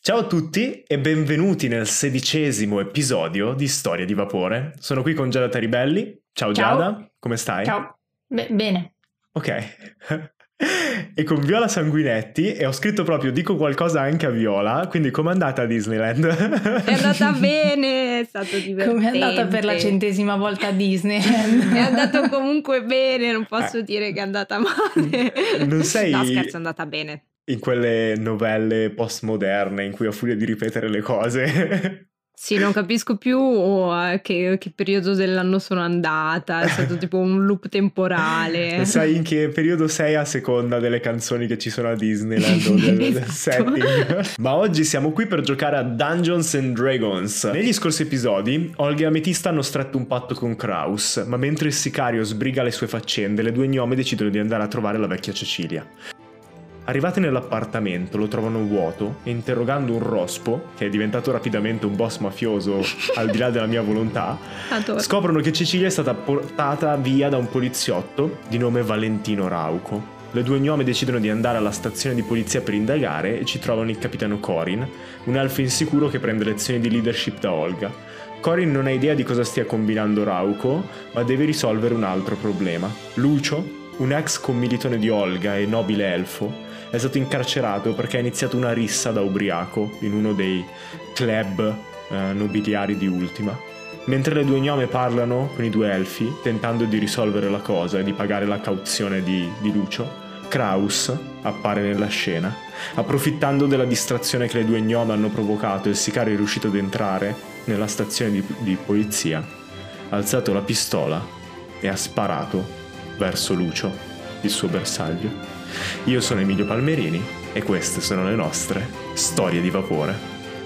Ciao a tutti e benvenuti nel 16° episodio di Storia di Vapore. Sono qui con Giada Taribelli. Ciao Giada, come stai? Ciao, bene. Ok. E con Viola Sanguinetti, e ho scritto proprio dico qualcosa anche a Viola, quindi com'è andata a Disneyland? È andata bene, è stato divertente. Come è andata per la 100ª volta a Disneyland? È andato comunque bene, non posso dire che è andata male. Non sei... No, scherzo, è andata bene. In quelle novelle postmoderne in cui a furia di ripetere le cose... Sì, non capisco più che periodo dell'anno sono andata, è stato tipo un loop temporale. Sai in che periodo sei a seconda delle canzoni che ci sono a Disneyland o del setting. Ma oggi siamo qui per giocare a Dungeons and Dragons. Negli scorsi episodi, Olga e Ametista hanno stretto un patto con Kraus, ma mentre il sicario sbriga le sue faccende, le due gnome decidono di andare a trovare la vecchia Cecilia. Arrivati nell'appartamento lo trovano vuoto e interrogando un rospo, che è diventato rapidamente un boss mafioso al di là della mia volontà, scoprono che Cecilia è stata portata via da un poliziotto di nome Valentino Rauco. Le due gnome decidono di andare alla stazione di polizia per indagare e ci trovano il capitano Corin, un elfo insicuro che prende lezioni di leadership da Olga. Corin non ha idea di cosa stia combinando Rauco, ma deve risolvere un altro problema. Lucio, un ex commilitone di Olga e nobile elfo, è stato incarcerato perché ha iniziato una rissa da ubriaco in uno dei club nobiliari di Ultima. Mentre le due gnome parlano con i due elfi, tentando di risolvere la cosa e di pagare la cauzione di Lucio, Kraus appare nella scena. Approfittando della distrazione che le due gnome hanno provocato, il sicario è riuscito ad entrare nella stazione di polizia, ha alzato la pistola e ha sparato verso Lucio, il suo bersaglio. Io sono Emilio Palmerini e queste sono le nostre storie di vapore.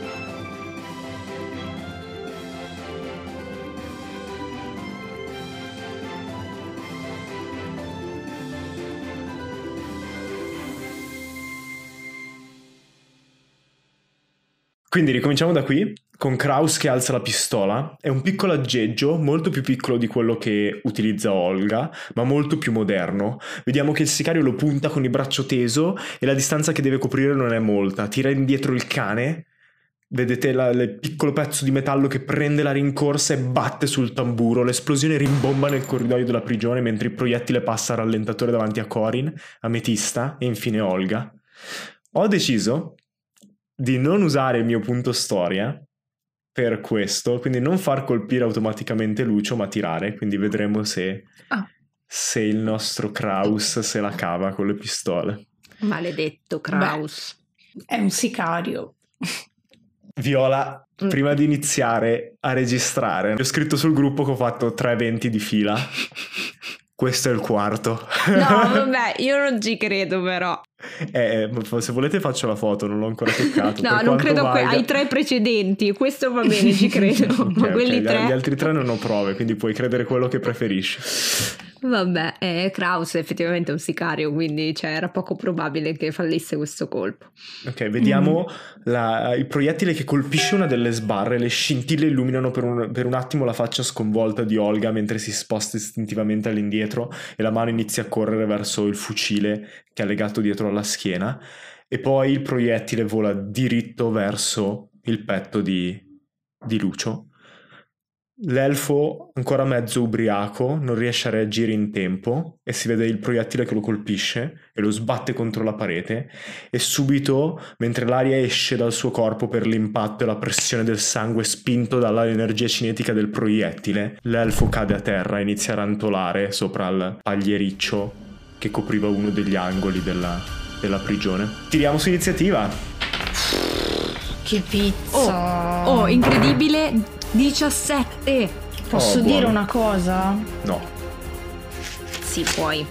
Quindi ricominciamo da qui, con Kraus che alza la pistola. È un piccolo aggeggio, molto più piccolo di quello che utilizza Olga, ma molto più moderno. Vediamo che il sicario lo punta con il braccio teso e la distanza che deve coprire non è molta. Tira indietro il cane, vedete il piccolo pezzo di metallo che prende la rincorsa e batte sul tamburo. L'esplosione rimbomba nel corridoio della prigione mentre il proiettile passa a rallentatore davanti a Corin, Ametista e infine Olga. Ho deciso di non usare il mio punto storia per questo, quindi non far colpire automaticamente Lucio ma tirare, quindi vedremo se il nostro Kraus se la cava con le pistole. Maledetto Kraus. È un sicario. Viola, prima di iniziare a registrare, ho scritto sul gruppo che ho fatto 3 eventi di fila. Questo è il quarto. No, vabbè, io non ci credo però. Se volete faccio la foto, non l'ho ancora toccato. No, non credo ai 3 precedenti. Questo va bene, ci credo. Ma quelli 3... Gli altri 3 non ho prove, quindi puoi credere quello che preferisci. Vabbè, Kraus è effettivamente un sicario, quindi era poco probabile che fallisse questo colpo. Ok, vediamo il proiettile che colpisce una delle sbarre, le scintille illuminano per un attimo la faccia sconvolta di Olga mentre si sposta istintivamente all'indietro e la mano inizia a correre verso il fucile che è legato dietro alla schiena, e poi il proiettile vola diritto verso il petto di Lucio. L'elfo, ancora mezzo ubriaco, non riesce a reagire in tempo e si vede il proiettile che lo colpisce e lo sbatte contro la parete, e subito, mentre l'aria esce dal suo corpo per l'impatto e la pressione del sangue spinto dall'energia cinetica del proiettile, l'elfo cade a terra e inizia a rantolare sopra il pagliericcio che copriva uno degli angoli della prigione. Tiriamo su iniziativa. Che pizza. Oh, incredibile. 17. Posso dire una cosa? No. Sì, puoi.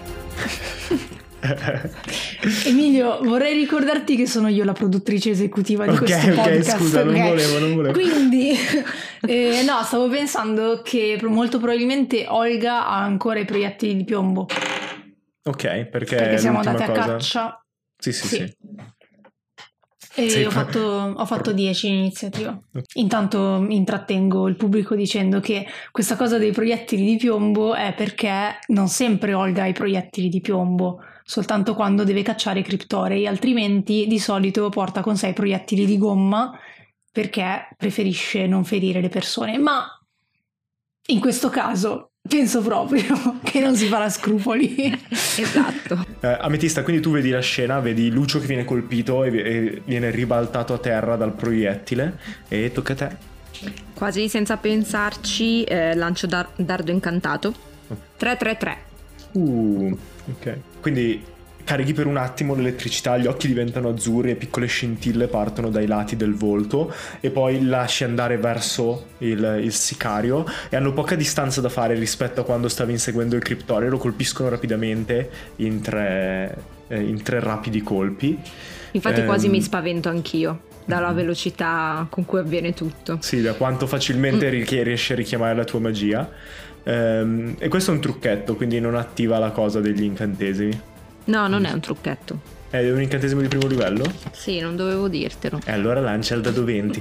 Emilio, vorrei ricordarti che sono io la produttrice esecutiva di questo podcast. Ok, scusa, non volevo. Quindi, no, stavo pensando che molto probabilmente Olga ha ancora i proiettili di piombo. Ok, perché siamo andati a cosa... caccia. Sì. E ho fatto 10 in iniziativa. Intanto intrattengo il pubblico dicendo che questa cosa dei proiettili di piombo è perché non sempre Olga ha i proiettili di piombo, soltanto quando deve cacciare criptorei, altrimenti di solito porta con sé i proiettili di gomma perché preferisce non ferire le persone. Ma in questo caso penso proprio che non si farà scrupoli. Esatto. Ametista, quindi tu vedi la scena, vedi Lucio che viene colpito e viene ribaltato a terra dal proiettile e tocca a te. Quasi senza pensarci, lancio dardo incantato. 3-3-3. Ok. Quindi carichi per un attimo l'elettricità, gli occhi diventano azzurri e piccole scintille partono dai lati del volto e poi lasci andare verso il sicario e hanno poca distanza da fare rispetto a quando stavi inseguendo il criptore, lo colpiscono rapidamente in tre rapidi colpi. Infatti quasi mi spavento anch'io dalla velocità con cui avviene tutto. Sì, da quanto facilmente riesci a richiamare la tua magia. E questo è un trucchetto, quindi non attiva la cosa degli incantesimi. No, non è un trucchetto. È un incantesimo di primo livello? Sì, non dovevo dirtelo. E allora lancia il dado 20.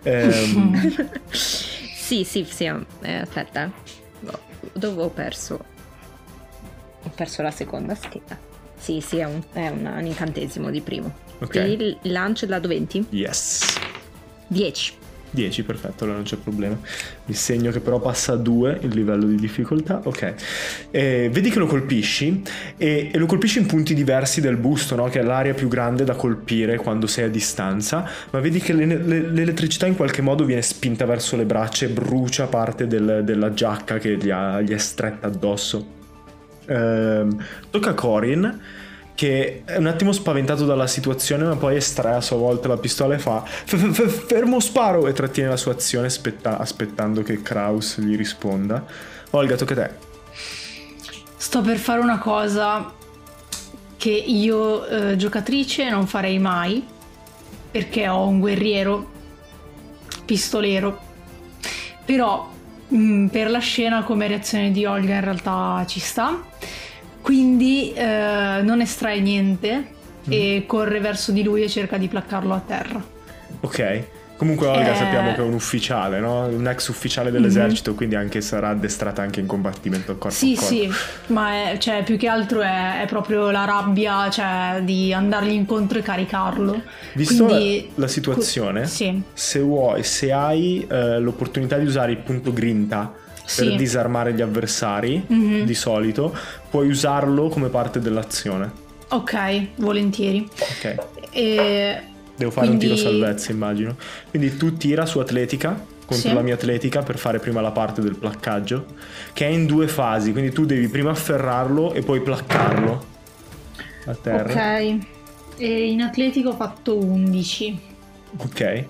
Sì, aspetta. Dove ho perso? Ho perso la seconda scheda. Sì, è un incantesimo di primo. Ok. Quindi lancio il dado 20? Yes. 10. 10, perfetto, allora non c'è problema. Il segno che però passa a 2 il livello di difficoltà. Ok. Vedi che lo colpisci e lo colpisci in punti diversi del busto, no? Che è l'area più grande da colpire quando sei a distanza, ma vedi che l'elettricità in qualche modo viene spinta verso le braccia e brucia parte della giacca che gli è stretta addosso. Tocca a Corin, che è un attimo spaventato dalla situazione, ma poi estrae a sua volta la pistola e fa fermo sparo e trattiene la sua azione aspettando che Kraus gli risponda. Olga, tocca a te. Sto per fare una cosa che io giocatrice non farei mai, perché ho un guerriero pistolero, però per la scena come reazione di Olga in realtà ci sta. Quindi non estrae niente e corre verso di lui e cerca di placcarlo a terra. Ok. Comunque Olga sappiamo che è un ufficiale, no? Un ex ufficiale dell'esercito, quindi anche sarà addestrata anche in combattimento corpo a corpo. Sì, ma cioè, più che altro è proprio la rabbia, cioè, di andargli incontro e caricarlo. Visto Quindi, la situazione, sì. se hai l'opportunità di usare il punto grinta per disarmare gli avversari, di solito, puoi usarlo come parte dell'azione. Ok, volentieri. Ok. Devo fare un tiro salvezza, immagino. Quindi tu tira su atletica contro la mia atletica per fare prima la parte del placcaggio, che è in 2 fasi, quindi tu devi prima afferrarlo e poi placcarlo a terra. Ok. E in atletica ho fatto 11. Ok.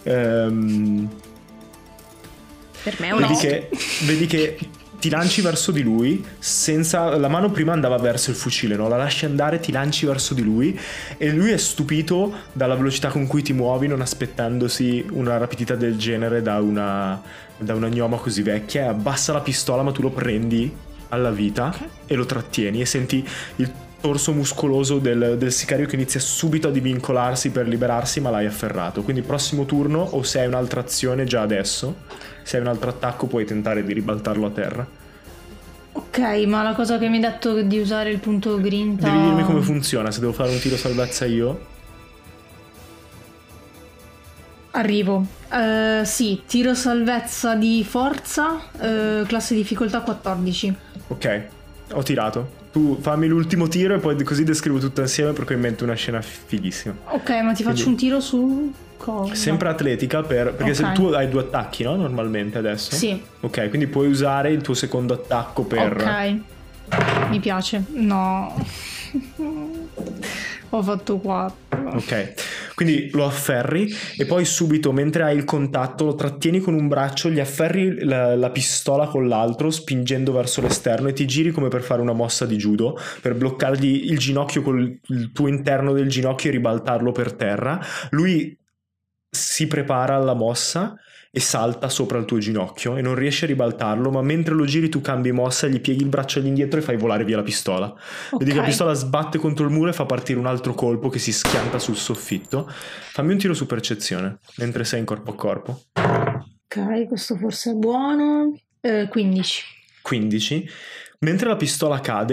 Per me è un vedi che ti lanci verso di lui senza... La mano prima andava verso il fucile, no? La lasci andare, ti lanci verso di lui e lui è stupito dalla velocità con cui ti muovi, non aspettandosi una rapidità del genere da una gnoma così vecchia. Abbassa la pistola, ma tu lo prendi alla vita e lo trattieni e senti il torso muscoloso del sicario che inizia subito a divincolarsi per liberarsi, ma l'hai afferrato. Quindi prossimo turno, o se hai un'altra azione già adesso, se hai un altro attacco puoi tentare di ribaltarlo a terra. Ok, ma la cosa che mi hai detto di usare il punto grinta... Devi dirmi come funziona, se devo fare un tiro salvezza io. Arrivo. Sì, tiro salvezza di forza, classe difficoltà 14. Ok, ho tirato. Tu fammi l'ultimo tiro e poi così descrivo tutto insieme perché ho in mente una scena fighissima. Ok, ma ti faccio un tiro su cosa? Sempre atletica perché se tu hai 2 attacchi, no? Normalmente adesso. Sì. Ok, quindi puoi usare il tuo secondo attacco per... Ok, mi piace. No. Ho fatto 4. Ok, quindi lo afferri e poi subito mentre hai il contatto lo trattieni con un braccio, gli afferri la pistola con l'altro spingendo verso l'esterno e ti giri come per fare una mossa di judo, per bloccargli il ginocchio con il tuo interno del ginocchio e ribaltarlo per terra. Lui si prepara alla mossa e salta sopra il tuo ginocchio e non riesce a ribaltarlo, ma mentre lo giri tu cambi mossa, gli pieghi il braccio all'indietro e fai volare via la pistola. Vedi che la pistola sbatte contro il muro e fa partire un altro colpo che si schianta sul soffitto. Fammi un tiro su percezione mentre sei in corpo a corpo. Ok, questo forse è buono. 15. 15. Mentre la pistola cade,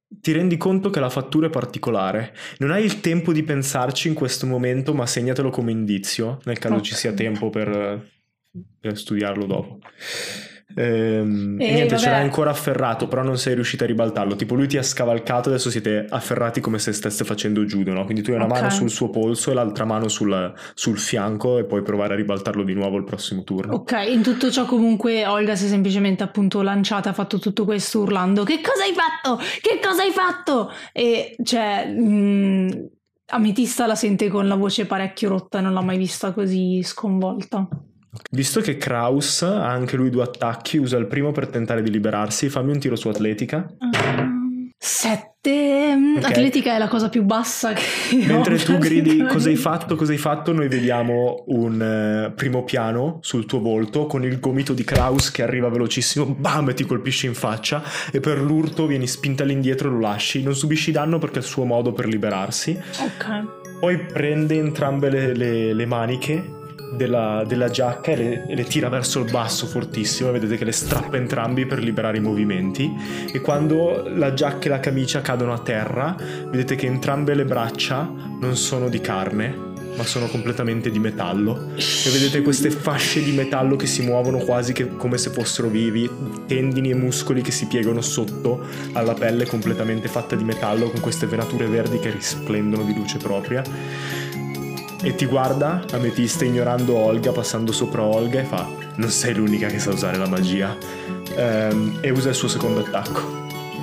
ti rendi conto che la fattura è particolare. Non hai il tempo di pensarci in questo momento, ma segnatelo come indizio, nel caso ci sia tempo per studiarlo dopo. E niente, ce l'hai ancora afferrato, però non sei riuscita a ribaltarlo. Tipo lui ti ha scavalcato, adesso siete afferrati come se stesse facendo judo, no? Quindi tu hai una mano sul suo polso e l'altra mano sul fianco, e puoi provare a ribaltarlo di nuovo il prossimo turno. Ok, in tutto ciò comunque Olga si è semplicemente appunto lanciata, ha fatto tutto questo urlando: che cosa hai fatto? Che cosa hai fatto? E cioè Ametista la sente con la voce parecchio rotta, non l'ha mai vista così sconvolta. Visto che Kraus ha anche lui 2 attacchi, usa il primo per tentare di liberarsi. Fammi un tiro su atletica. 7. Okay. Atletica è la cosa più bassa che mentre ho, tu gridi cosa hai fatto, noi vediamo un primo piano sul tuo volto con il gomito di Kraus che arriva velocissimo, bam, e ti colpisce in faccia, e per l'urto vieni spinta all'indietro e lo lasci. Non subisci danno perché è il suo modo per liberarsi. Ok. Poi prende entrambe le maniche della giacca e le tira verso il basso fortissimo, e vedete che le strappa entrambi per liberare i movimenti. E quando la giacca e la camicia cadono a terra, vedete che entrambe le braccia non sono di carne, ma sono completamente di metallo, e vedete queste fasce di metallo che si muovono quasi che come se fossero vivi, tendini e muscoli che si piegano sotto alla pelle completamente fatta di metallo, con queste venature verdi che risplendono di luce propria. E ti guarda, Ametista, ignorando Olga, passando sopra Olga, e fa: non sei l'unica che sa usare la magia. E usa il suo secondo attacco.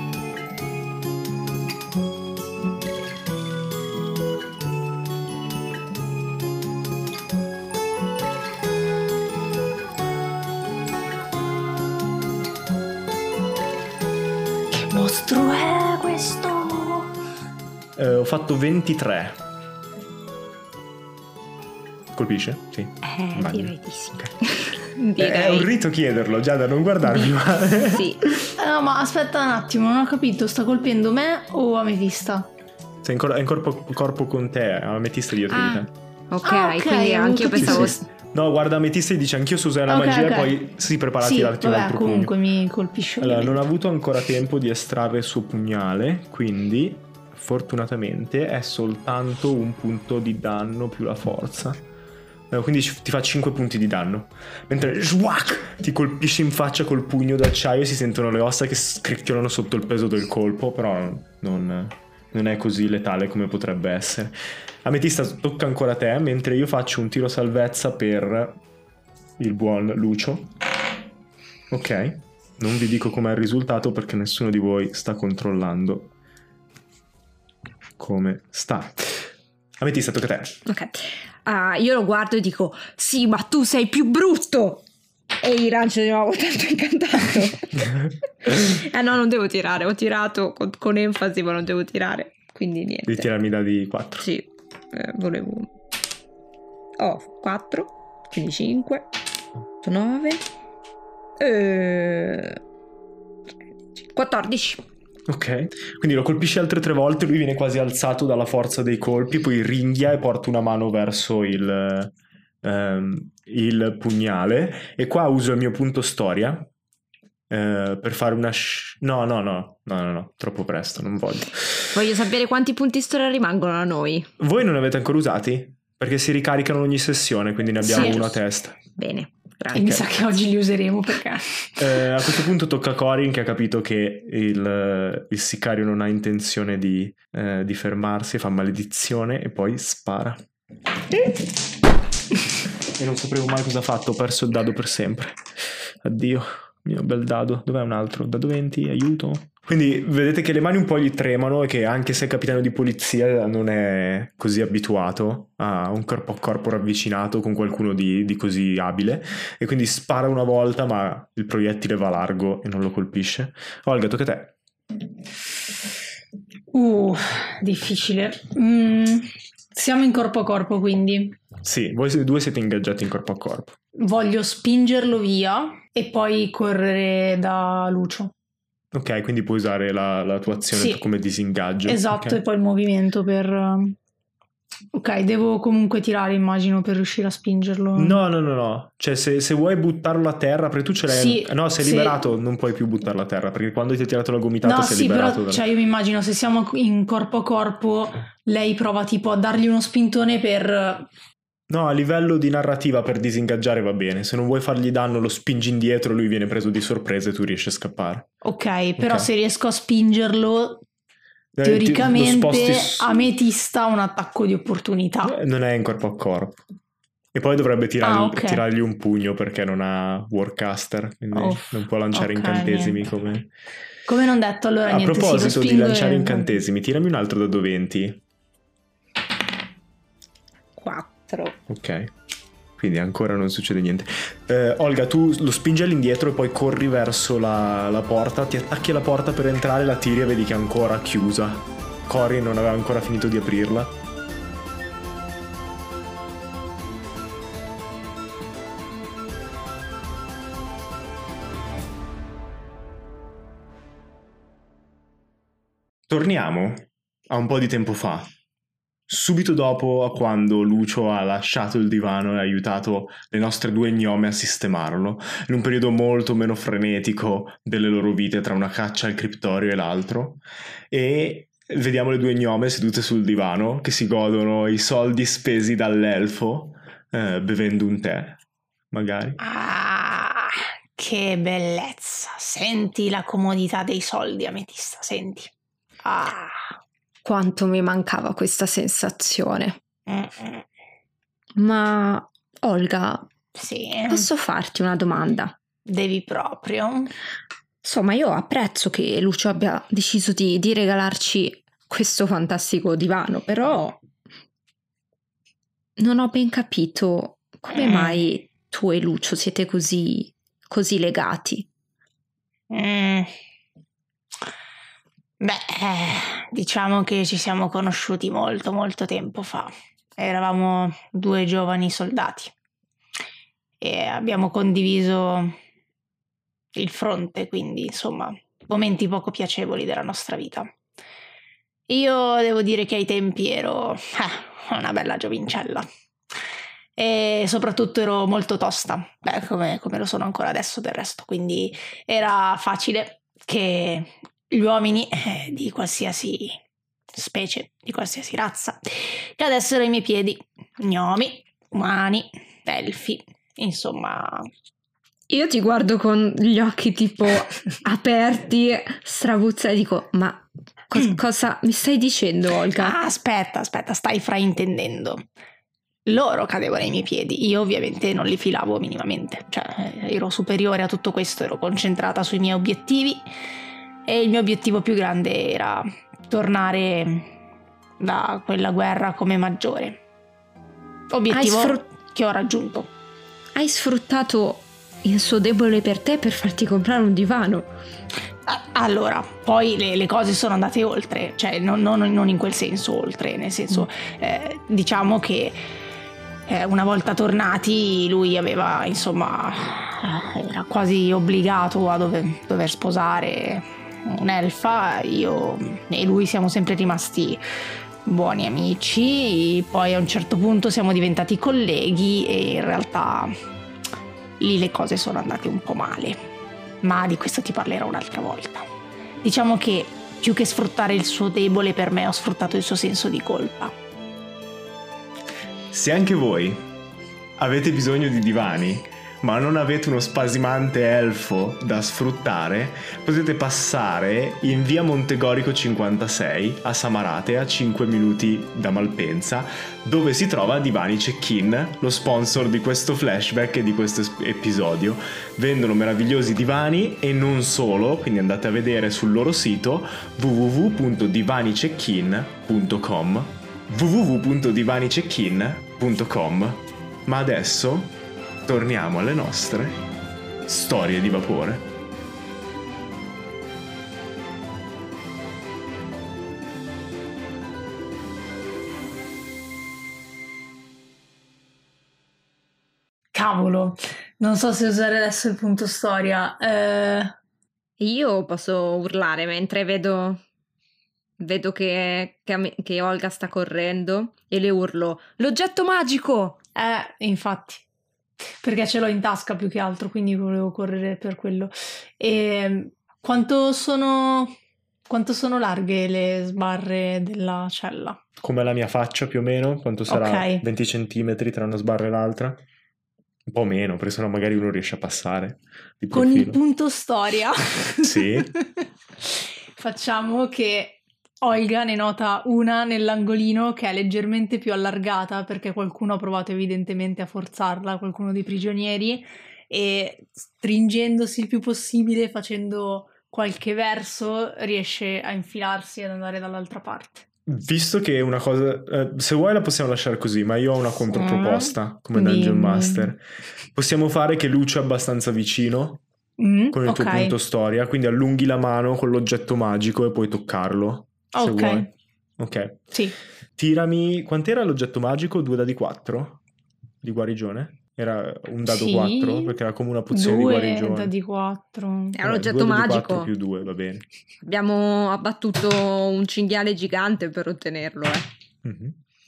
Che mostro è questo? Ho fatto 23. Colpisce? Sì. Direi di sì. Okay. È un rito chiederlo, Giada, non guardarmi male. Sì. No, ma aspetta un attimo, non ho capito, sta colpendo me o Ametista? Sei in corpo con te, Ametista dietro di te. Ok, quindi anch'io pensavo... No, guarda, Ametista e dice: anch'io so usare la magia, e poi si prepara a tirarti un altro pugno. Comunque mi colpisce. Allora, non ha avuto ancora tempo di estrarre il suo pugnale, quindi fortunatamente è soltanto un punto di danno più la forza. Quindi ti fa 5 punti di danno. Mentre ti colpisce in faccia col pugno d'acciaio e si sentono le ossa che scricchiolano sotto il peso del colpo, però non è così letale come potrebbe essere. Ametista, tocca ancora a te, mentre io faccio un tiro salvezza per il buon Lucio. Ok, non vi dico com'è il risultato perché nessuno di voi sta controllando come sta. Ametista, tocca a te. Ok. Io lo guardo e dico: sì, ma tu sei più brutto! E gli lancio di nuovo tanto incantato. No, non devo tirare. Ho tirato con enfasi, ma non devo tirare. Quindi niente. Devi tirarmi da di 4. Sì, volevo... 4, quindi 5, 9, 14. Ok, quindi lo colpisci altre 3 volte, lui viene quasi alzato dalla forza dei colpi, poi ringhia e porta una mano verso il pugnale, e qua uso il mio punto storia per fare una... No, troppo presto, non voglio. Voglio sapere quanti punti storia rimangono a noi. Voi non ne avete ancora usati? Perché si ricaricano ogni sessione, quindi ne abbiamo uno a testa. Bene. E mi sa che oggi li useremo perché a questo punto tocca a Corin, che ha capito che il sicario non ha intenzione di fermarsi, fa maledizione e poi spara. E non sapevo mai cosa ha fatto, ho perso il dado per sempre. Addio, mio bel dado. Dov'è un altro? Dado 20, aiuto. Quindi vedete che le mani un po' gli tremano, e che anche se è capitano di polizia non è così abituato a un corpo a corpo ravvicinato con qualcuno di così abile, e quindi spara una volta, ma il proiettile va largo e non lo colpisce. Olga, tocca a te. Difficile. Siamo in corpo a corpo, quindi Sì, voi due siete ingaggiati in corpo a corpo. voglio spingerlo via e poi correre da Lucio. Ok, quindi puoi usare la tua azione come disingaggio. Esatto, Okay. e poi il movimento per... Ok, devo comunque tirare, immagino, per riuscire a spingerlo. No. Cioè, se vuoi buttarlo a terra, perché tu ce l'hai. Sì, No, sei se- liberato, non puoi più buttarlo a terra, perché quando ti ha tirato la gomitata No, sei sì, liberato. però cioè, io mi immagino se siamo in corpo a corpo, lei prova tipo a dargli uno spintone per... No, a livello di narrativa per disingaggiare va bene. Se non vuoi fargli danno, lo spingi indietro, lui viene preso di sorpresa e tu riesci a scappare. Ok, però Ok. se riesco a spingerlo, Lo teoricamente sposti Ametista ha un attacco di opportunità. Non è in corpo a corpo. E poi dovrebbe Ok. tirargli un pugno perché non ha Warcaster, quindi Off, non può lanciare ok, incantesimi niente. come... Come non detto, allora A niente, sì, lo proposito di spingo lanciare e... incantesimi, tirami un altro dado 20. 4. Ok. Quindi ancora non succede niente. Olga, tu lo spingi all'indietro e poi corri verso la porta, ti attacchi alla porta per entrare, la tiri e vedi che è ancora chiusa. Cory non aveva ancora finito di aprirla. Torniamo a un po' di tempo fa. Subito dopo a quando Lucio ha lasciato il divano e ha aiutato le nostre due gnome a sistemarlo, in un periodo molto meno frenetico delle loro vite tra una caccia al criptorio e l'altro, e vediamo le due gnome sedute sul divano che si godono i soldi spesi dall'elfo bevendo un tè, magari. Ah, che bellezza. Senti la comodità dei soldi, Ametista, senti. Ah. Quanto mi mancava questa sensazione. Mm-mm. Ma Olga, Sì, posso farti una domanda? devi proprio. Insomma, io apprezzo che Lucio abbia deciso di regalarci questo fantastico divano, però non ho ben capito come mai tu e Lucio siete così legati. Beh, diciamo che ci siamo conosciuti molto, molto tempo fa. Eravamo due giovani soldati e abbiamo condiviso il fronte, quindi insomma, momenti poco piacevoli della nostra vita. Io devo dire che ai tempi ero una bella giovincella e soprattutto ero molto tosta, beh, come lo sono ancora adesso del resto, quindi era facile che gli uomini di qualsiasi specie, di qualsiasi razza, cadessero ai miei piedi, gnomi, umani, elfi, insomma... Io ti guardo con gli occhi tipo aperti, strabuzzati e dico, ma cosa mi stai dicendo, Olga? Ah, aspetta, stai fraintendendo. Loro cadevano ai miei piedi, io ovviamente non li filavo minimamente, cioè ero superiore a tutto questo, ero concentrata sui miei obiettivi e il mio obiettivo più grande era tornare da quella guerra come maggiore. Obiettivo che ho raggiunto. Hai sfruttato il suo debole per te per farti comprare un divano. Allora, poi le cose sono andate oltre, cioè non in quel senso oltre, nel senso diciamo che una volta tornati lui aveva insomma era quasi obbligato a dover sposare un'elfa, io e lui siamo sempre rimasti buoni amici, poi a un certo punto siamo diventati colleghi e in realtà lì le cose sono andate un po' male, ma di questo ti parlerò un'altra volta. Diciamo che più che sfruttare il suo debole, per me ho sfruttato il suo senso di colpa. Se anche voi avete bisogno di divani, ma non avete uno spasimante elfo da sfruttare, potete passare in via Montegorico 56 a Samarate, a 5 minuti da Malpensa, dove si trova Divani Check-in, lo sponsor di questo flashback e di questo episodio. Vendono meravigliosi divani e non solo, quindi andate a vedere sul loro sito www.divaniceckin.com www.divaniceckin.com. Ma adesso torniamo alle nostre storie di vapore. Cavolo, non so se usare adesso il punto storia. Io posso urlare mentre vedo vedo che Olga sta correndo e le urlo: l'oggetto magico! Infatti, perché ce l'ho in tasca più che altro, quindi volevo correre per quello. E quanto sono larghe le sbarre della cella? Come la mia faccia più o meno, quanto sarà? Ok. 20 centimetri tra una sbarra e l'altra? Un po' meno, perché sennò magari uno riesce a passare di Con il profilo. punto storia. Sì. Facciamo che Olga ne nota una nell'angolino che è leggermente più allargata perché qualcuno ha provato evidentemente a forzarla, qualcuno dei prigionieri, e stringendosi il più possibile, facendo qualche verso, riesce a infilarsi ed andare dall'altra parte. Visto che è una cosa, se vuoi la possiamo lasciare così, ma io ho una controproposta come Dungeon Dimmi. Master. Possiamo fare che Lucio è abbastanza vicino con il tuo Ok. punto storia, quindi allunghi la mano con l'oggetto magico e puoi toccarlo, se Ok. vuoi. Ok. Sì. Tirami, quant'era l'oggetto magico? 2 dadi 4 di guarigione? Era un dado Sì. 4? Perché era come una pozione di 2 guarigione. dadi 4. È un Vabbè, oggetto 2 dadi magico. 4 più 2, va bene. Abbiamo abbattuto un cinghiale gigante per ottenerlo, Mhm.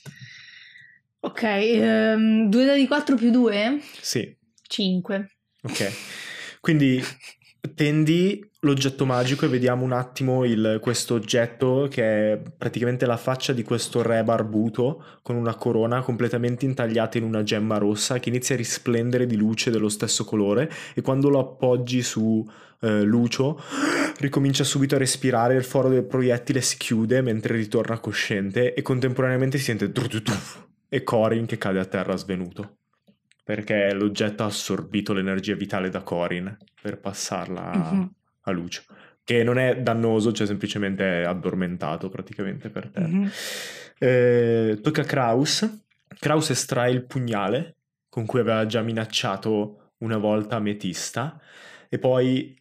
Ok, 2 dadi 4 più 2? Sì. 5. Ok, quindi tendi l'oggetto magico e vediamo un attimo questo oggetto che è praticamente la faccia di questo re barbuto con una corona completamente intagliata in una gemma rossa che inizia a risplendere di luce dello stesso colore, e quando lo appoggi su Lucio ricomincia subito a respirare, il foro del proiettile si chiude mentre ritorna cosciente e contemporaneamente si sente e Corin che cade a terra svenuto, perché l'oggetto ha assorbito l'energia vitale da Corin per passarla a Lucio, che non è dannoso, cioè semplicemente è addormentato praticamente per terra. Tocca a Kraus. Kraus estrae il pugnale con cui aveva già minacciato una volta Ametista e poi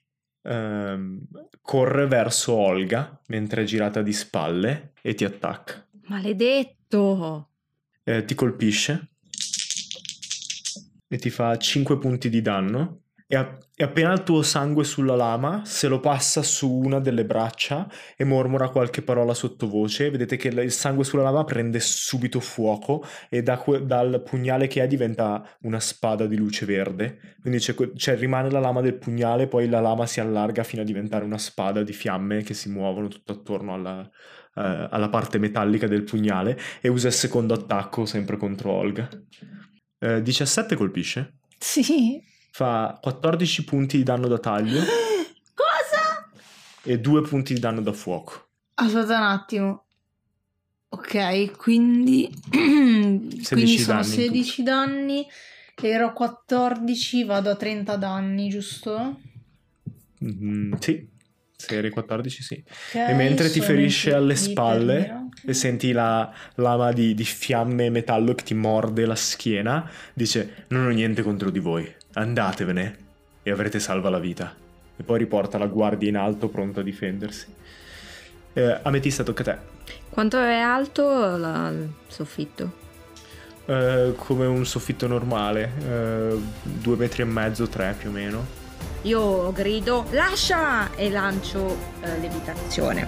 corre verso Olga mentre è girata di spalle e ti attacca. Maledetto! Ti colpisce e ti fa 5 punti di danno e appena il tuo sangue sulla lama se lo passa su una delle braccia e mormora qualche parola sottovoce. Vedete che il sangue sulla lama prende subito fuoco e dal pugnale che ha diventa una spada di luce verde, quindi rimane la lama del pugnale, poi la lama si allarga fino a diventare una spada di fiamme che si muovono tutto attorno alla parte metallica del pugnale, e usa il secondo attacco sempre contro Olga. 17 colpisce? Sì. Fa 14 punti di danno da taglio Cosa? e 2 punti di danno da fuoco. Aspetta un attimo. Ok, quindi 16 quindi sono danni in 16 danni, ero 14, vado a 30 danni, giusto? Sì, se eri 14 sì. Ok, E mentre ti sono ferisce alle infiniti spalle per miracolo. e senti la lama di fiamme e metallo che ti morde la schiena, dice: non ho niente contro di voi, andatevene e avrete salva la vita. E poi riporta la guardia in alto pronto a difendersi. Ametista, tocca a te. Quanto è alto il soffitto? Come un soffitto normale, 2 metri e mezzo, 3 più o meno. Io grido lascia e lancio levitazione.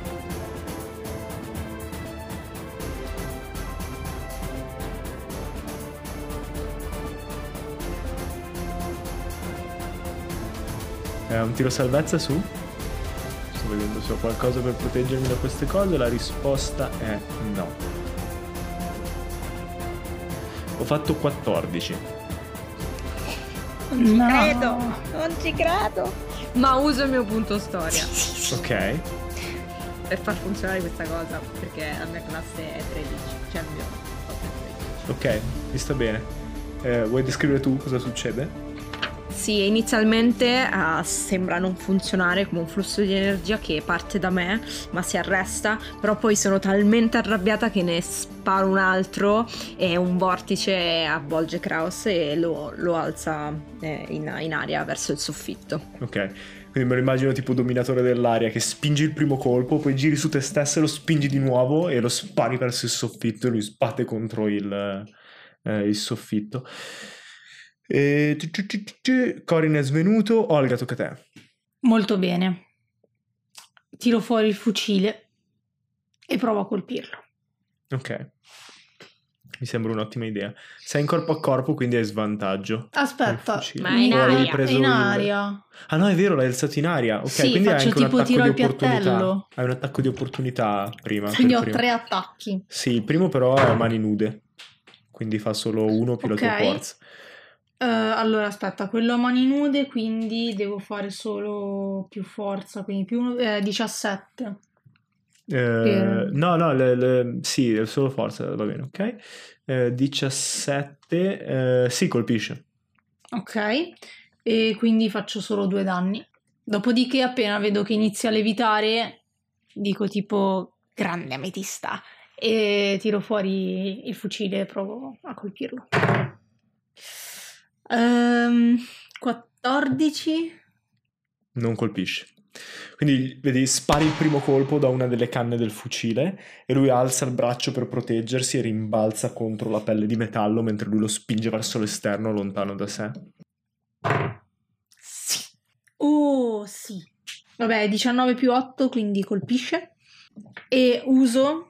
Un tiro salvezza su? Sto vedendo se ho qualcosa per proteggermi da queste cose. La risposta è no. Ho fatto 14. Non ci credo. Ma uso il mio punto storia Ok. per far funzionare questa cosa, perché la mia classe è 13, cioè il mio top è 13. Ok, mi sta bene. Vuoi descrivere tu cosa succede? Sì, inizialmente sembra non funzionare come un flusso di energia che parte da me, ma si arresta, però poi sono talmente arrabbiata che ne sparo un altro e un vortice avvolge Kraus e lo alza in aria verso il soffitto. Ok, quindi me lo immagino tipo dominatore dell'aria che spingi il primo colpo, poi giri su te stesso e lo spingi di nuovo e lo spari verso il soffitto e lui sbatte contro il soffitto. Corin è svenuto. Olga, tocca a te. Molto bene. Tiro fuori il fucile e provo a colpirlo. Ok. Mi sembra un'ottima idea. Sei in corpo a corpo, quindi hai svantaggio. Aspetta, Ma è in O avevi aria. preso in aria. Ah no, è vero, l'hai alzato in aria. Ok, Sì, quindi hai faccio anche un tipo attacco tiro di al opportunità. piattello. Hai un attacco di opportunità prima. per Quindi il ho primo. 3 attacchi. Sì, il primo però è a mani nude. Quindi fa solo uno più la tua Ok. forza. Allora, aspetta, quello a mani nude, quindi devo fare solo più forza, quindi più 17. No, sì, è solo forza, va bene, ok. 17, sì, colpisce. Ok, e quindi faccio solo 2 danni. Dopodiché, appena vedo che inizia a levitare, dico tipo grande ametista e tiro fuori il fucile e provo a colpirlo. 14. Non colpisce. Quindi vedi, spari il primo colpo da una delle canne del fucile e lui alza il braccio per proteggersi e rimbalza contro la pelle di metallo mentre lui lo spinge verso l'esterno lontano da sé. Sì. Oh, sì. Vabbè, 19 più 8, quindi colpisce. E uso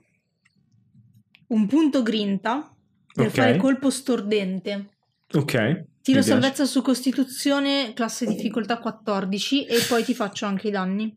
un punto grinta per Ok. fare colpo stordente. Ok. Tiro mi piace. salvezza su costituzione, classe difficoltà 14 e poi ti faccio anche i danni.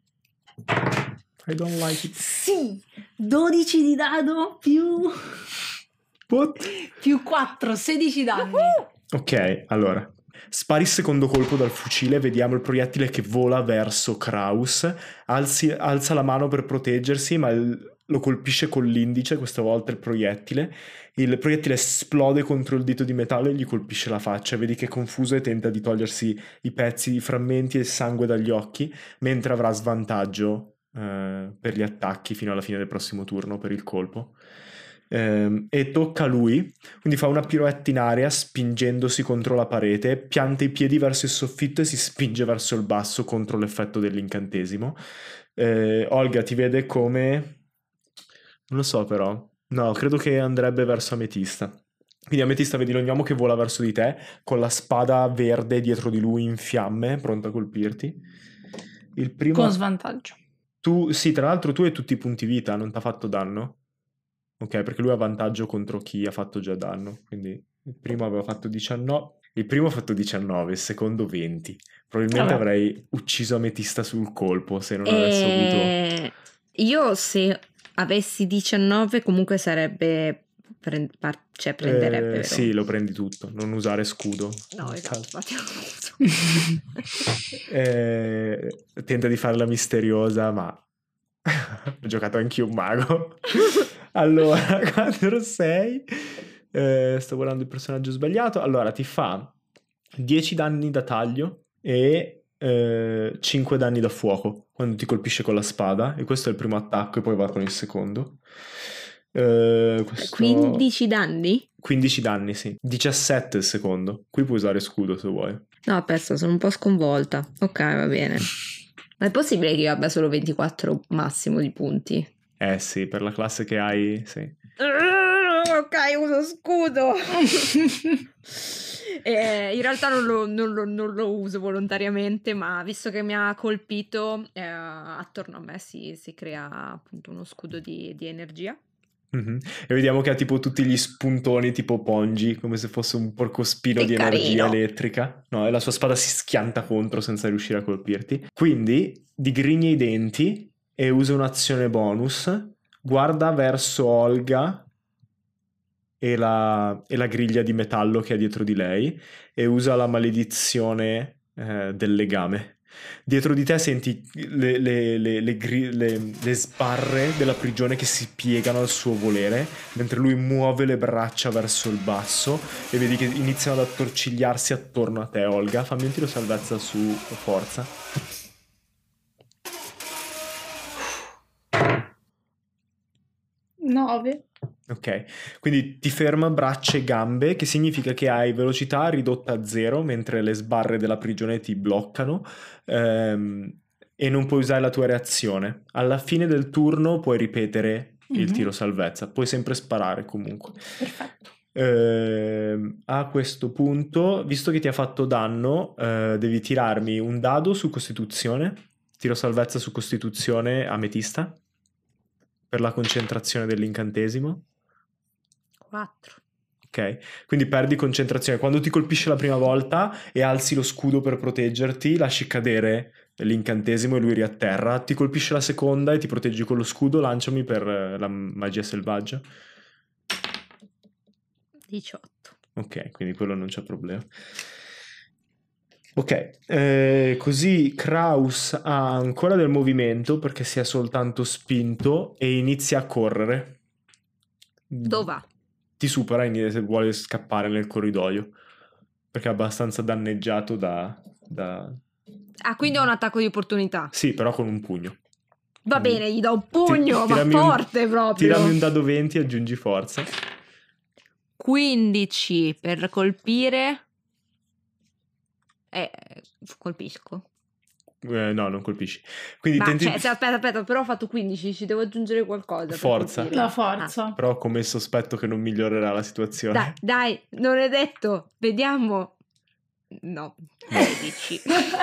I don't like it. Sì, 12 di dado più What? 4, 16 danni. Ok, allora. Spari il secondo colpo dal fucile, vediamo il proiettile che vola verso Kraus, alza la mano per proteggersi, ma lo colpisce con l'indice, questa volta il proiettile esplode contro il dito di metallo e gli colpisce la faccia, vedi che è confuso e tenta di togliersi i pezzi, i frammenti e il sangue dagli occhi, mentre avrà svantaggio per gli attacchi fino alla fine del prossimo turno per il colpo. E tocca a lui, quindi fa una piroetta in aria spingendosi contro la parete, pianta i piedi verso il soffitto e si spinge verso il basso contro l'effetto dell'incantesimo. Olga ti vede come... non lo so però, no, credo che andrebbe verso Ametista. Quindi Ametista vedi l'ognomo che vola verso di te con la spada verde dietro di lui in fiamme, pronto a colpirti. Il primo... Con svantaggio. Sì, tra l'altro tu hai tutti i punti vita, non ti ha fatto danno? Ok, perché lui ha vantaggio contro chi ha fatto già danno. Quindi il primo aveva fatto 19. Il primo ha fatto 19, il secondo 20. Probabilmente Vabbè. avrei ucciso Ametista sul colpo se non avessi avuto... Io se avessi 19 comunque sarebbe... prenderebbe, vero? Sì, lo prendi tutto. Non usare scudo. No, nel esatto, caso. infatti non lo uso. Tenta di farla misteriosa, ma ho giocato anch'io un mago. Allora, 4, 6. Sto guardando il personaggio sbagliato. Allora, ti fa 10 danni da taglio e 5 danni da fuoco quando ti colpisce con la spada. E questo è il primo attacco e poi va con il secondo. 15 danni? 15 danni, sì. 17 il secondo. Qui puoi usare scudo se vuoi. No, perso, sono un po' sconvolta. Ok, va bene. Ma è possibile che io abbia solo 24 massimo di punti? Sì, per la classe che hai, sì. Ok, uso scudo. In realtà non lo uso volontariamente, ma visto che mi ha colpito, attorno a me si crea appunto uno scudo di energia. Mm-hmm. E vediamo che ha tipo tutti gli spuntoni tipo Pongi, come se fosse un porcospino di energia elettrica. No, e la sua spada si schianta contro senza riuscire a colpirti. Quindi digrigna i denti e usa un'azione bonus. Guarda verso Olga e la griglia di metallo che è dietro di lei e usa la maledizione del legame. Dietro di te senti le sbarre della prigione che si piegano al suo volere, mentre lui muove le braccia verso il basso e vedi che iniziano ad attorcigliarsi attorno a te, Olga. Fammi un tiro salvezza su forza. 9. Ok, quindi ti ferma braccia e gambe, che significa che hai velocità ridotta a 0 mentre le sbarre della prigione ti bloccano e non puoi usare la tua reazione. Alla fine del turno puoi ripetere il tiro salvezza, puoi sempre sparare comunque. Perfetto. A questo punto, visto che ti ha fatto danno, devi tirarmi un dado su Costituzione. Tiro salvezza su Costituzione, Ametista. per la concentrazione dell'incantesimo. 4. Ok, quindi perdi concentrazione. Quando ti colpisce la prima volta e alzi lo scudo per proteggerti, lasci cadere l'incantesimo e lui riatterra. Ti colpisce la seconda e ti proteggi con lo scudo. Lanciami per la magia selvaggia. 18. Ok, quindi quello non c'è problema. Ok, così Kraus ha ancora del movimento perché si è soltanto spinto e inizia a correre. Dove va? Ti supera e se vuole scappare nel corridoio perché è abbastanza danneggiato da... Ah, quindi ho un attacco di opportunità. Sì, però con un pugno. Va Quindi bene, gli do un pugno, ma tirami forte proprio. Tirami un dado 20 e aggiungi forza. 15 per colpire. Colpisco. No, non colpisci. Quindi Ma tenti... cioè, aspetta, però ho fatto 15, ci devo aggiungere qualcosa. per Forza. colpire. La forza. Però ho come sospetto che non migliorerà la situazione. Dai, non è detto. Vediamo. No, 16.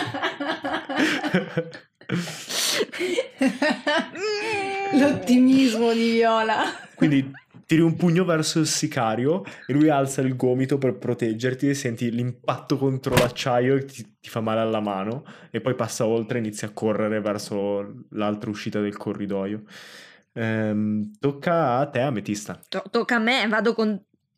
L'ottimismo di Viola. Quindi tiri un pugno verso il sicario e lui alza il gomito per proteggerti e senti l'impatto contro l'acciaio e ti fa male alla mano e poi passa oltre e inizia a correre verso l'altra uscita del corridoio. Tocca a te, Ametista. Tocca a me, vado con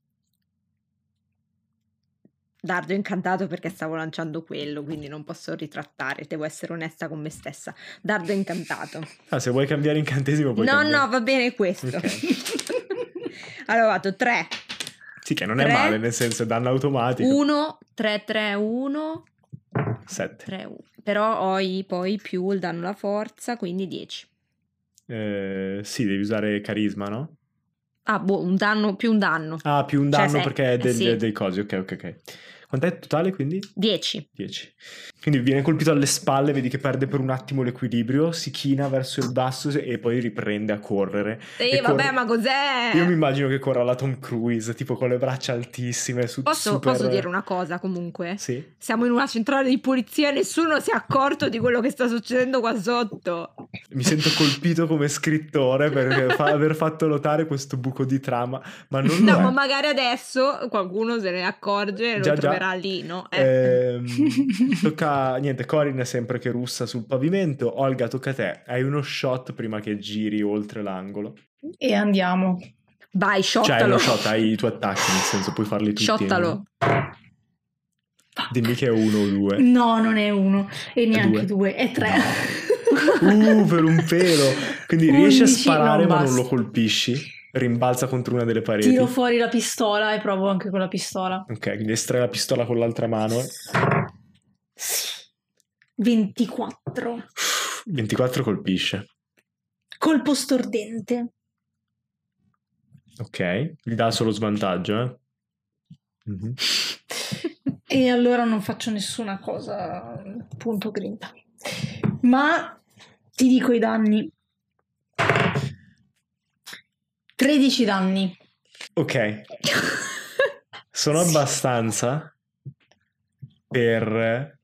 dardo incantato perché stavo lanciando quello, quindi non posso ritrattare, devo essere onesta con me stessa. Dardo incantato. Ah, se vuoi cambiare incantesimo puoi cambiare. No, va bene questo. Okay. Allora vado 3. Sì, che non 3, è male, nel senso è danno automatico. 1, 3, 3, 1. 7. 3, 1. Però ho poi più il danno alla forza, quindi 10. Sì, devi usare carisma, no? Ah, un danno, più un danno. Ah, più un danno Cioè, perché è sì. dei cosi, ok. Quant'è il totale quindi? 10. 10. Quindi viene colpito alle spalle, vedi che perde per un attimo l'equilibrio, si china verso il basso e poi riprende a correre. Sì, vabbè, ma cos'è? Io mi immagino che corra alla Tom Cruise, tipo con le braccia altissime. Posso dire una cosa comunque? Sì. Siamo in una centrale di polizia e nessuno si è accorto di quello che sta succedendo qua sotto. Mi sento colpito come scrittore per aver fatto notare questo buco di trama, ma non lo è. Ma magari adesso qualcuno se ne accorge e lo troverà lì, no? Tocca, niente, Corin è sempre che russa sul pavimento. Olga, tocca a te. Hai uno shot prima che giri oltre l'angolo. E andiamo. Vai, shottalo. Cioè, uno shot, hai i tuoi attacchi, nel senso puoi farli tutti. Shottalo. Dimmi che è 1 o 2. No, non è 1 e neanche 2, è 3. Per un pelo. Quindi riesci a 11, sparare ma non basta. lo colpisci. Rimbalza contro una delle pareti. Tiro fuori la pistola e provo anche con la pistola. Ok, quindi estrai la pistola con l'altra mano. 24. 24 colpisce. Colpo stordente. Ok, gli dà solo svantaggio, eh? Mm-hmm. E allora non faccio nessuna cosa, punto grinta. Ma ti dico i danni. 13 danni. Ok. Sono abbastanza per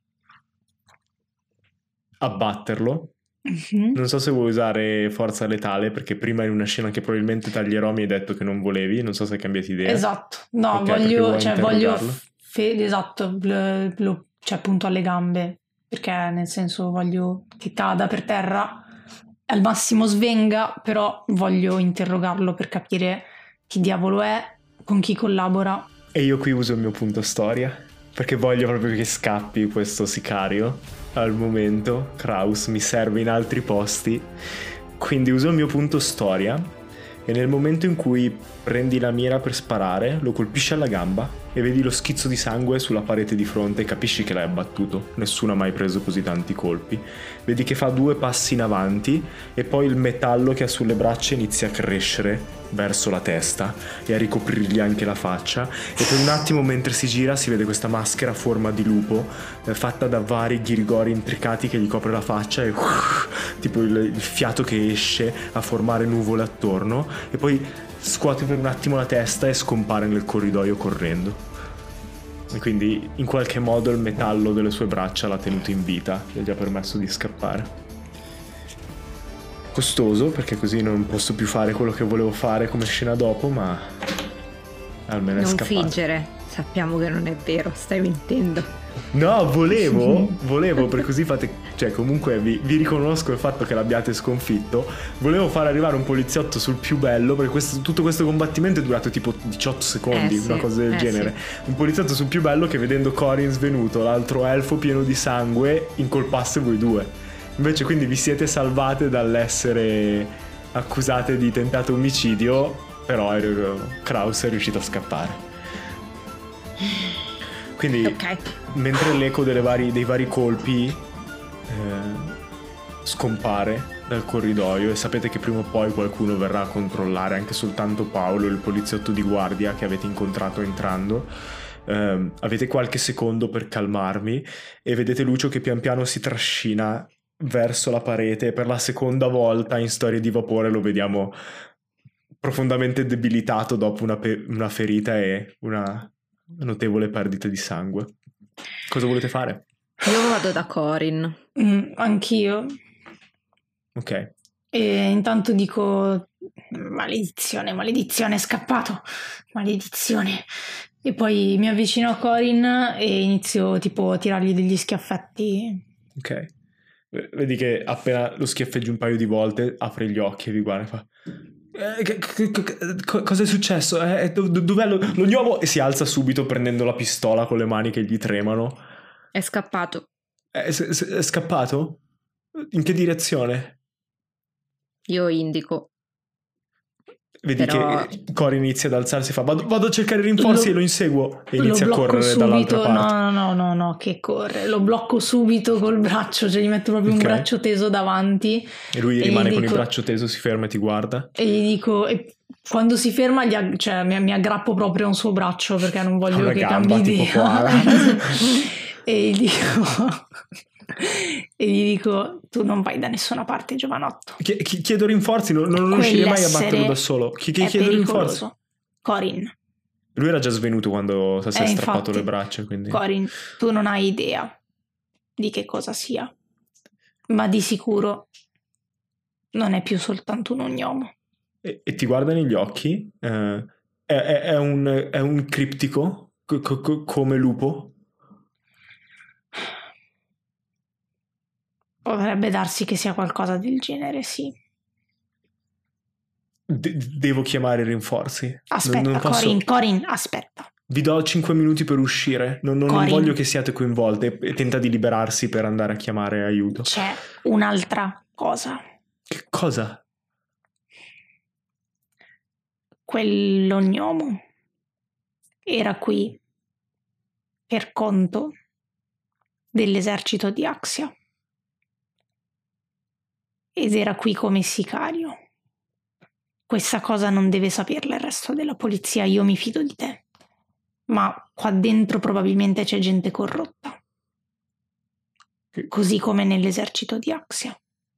abbatterlo. Mm-hmm. Non so se vuoi usare forza letale, perché prima in una scena che probabilmente taglierò mi hai detto che non volevi. Non so se hai cambiato idea. Esatto. No, Ok, perché vuoi voglio interrogarlo? esatto, cioè punto alle gambe, perché nel senso voglio che cada per terra, al massimo svenga, però voglio interrogarlo per capire chi diavolo è, con chi collabora. E io qui uso il mio punto storia, perché voglio proprio che scappi questo sicario. Al momento Kraus mi serve in altri posti, quindi uso il mio punto storia e nel momento in cui prendi la mira per sparare lo colpisci alla gamba e vedi lo schizzo di sangue sulla parete di fronte e capisci che l'hai abbattuto. Nessuno ha mai preso così tanti colpi. Vedi che fa 2 passi in avanti e poi il metallo che ha sulle braccia inizia a crescere verso la testa e a ricoprirgli anche la faccia, e per un attimo mentre si gira si vede questa maschera a forma di lupo fatta da vari ghirigori intricati che gli copre la faccia e tipo il fiato che esce a formare nuvole attorno, e poi scuote per un attimo la testa e scompare nel corridoio correndo. E quindi in qualche modo il metallo delle sue braccia l'ha tenuto in vita e gli ha permesso di scappare. costoso, perché così non posso più fare quello che volevo fare come scena dopo, ma almeno è Non scappato. fingere, sappiamo che non è vero, stai mentendo. No, volevo, per così fate, cioè comunque vi riconosco il fatto che l'abbiate sconfitto. Volevo far arrivare un poliziotto sul più bello, perché tutto questo combattimento è durato tipo 18 secondi, Sì, una cosa del genere. sì. Un poliziotto sul più bello che, vedendo Corin svenuto, l'altro elfo pieno di sangue, incolpasse voi due. Invece quindi vi siete salvate dall'essere accusate di tentato omicidio, però Kraus è riuscito a scappare. Quindi Ok. mentre l'eco dei vari colpi scompare dal corridoio, e sapete che prima o poi qualcuno verrà a controllare, anche soltanto Paolo, il poliziotto di guardia che avete incontrato entrando, avete qualche secondo per calmarmi e vedete Lucio che pian piano si trascina verso la parete, e per la seconda volta in Storie di Vapore lo vediamo profondamente debilitato dopo una ferita e una notevole perdita di sangue. Cosa volete fare? Io vado da Corin. Anch'io. Ok. E intanto dico: maledizione, maledizione, è scappato, maledizione. E poi mi avvicino a Corin e inizio tipo a tirargli degli schiaffetti. Ok. Vedi che appena lo schiaffeggi un paio di volte apre gli occhi e vi guarda e fa: cosa è successo? Dov'è lo gnomo? E si alza subito prendendo la pistola con le mani che gli tremano. È scappato. È scappato? In che direzione? Io indico. Vedi Però- che Corin inizia ad alzarsi e fa: vado a cercare rinforzi e lo inseguo. E inizia a blocco correre subito. dall'altra parte. No, che corre. Lo blocco subito col braccio, cioè gli metto proprio Ok. un braccio teso davanti. E lui E rimane gli con il dico- braccio teso, si ferma e ti guarda. E gli dico, e quando si ferma mi aggrappo proprio a un suo braccio perché non voglio Una che gamba, cambi tipo idea. koala. E gli dico, tu non vai da nessuna parte, giovanotto. Chiedo rinforzi, non riuscirei mai a batterlo da solo. È Chiedo rinforzi. pericoloso. Corin, Lui era già svenuto quando si è strappato infatti. le braccia, quindi... Corin, tu non hai idea di che cosa sia, ma di sicuro non è più soltanto un gnomo. E ti guarda negli occhi. È un criptico come lupo. Potrebbe darsi che sia qualcosa del genere, sì. Devo chiamare i rinforzi. Aspetta, Non posso... Corin, aspetta. Vi do 5 minuti per uscire. Non Corin. voglio che siate coinvolte. E tenta di liberarsi per andare a chiamare aiuto. C'è un'altra cosa. Che cosa? Quello gnomo era qui per conto dell'esercito di Axia. Ed era qui come sicario. Questa cosa non deve saperla il resto della polizia, io mi fido di te. Ma qua dentro probabilmente c'è gente corrotta. Così come nell'esercito di Axia.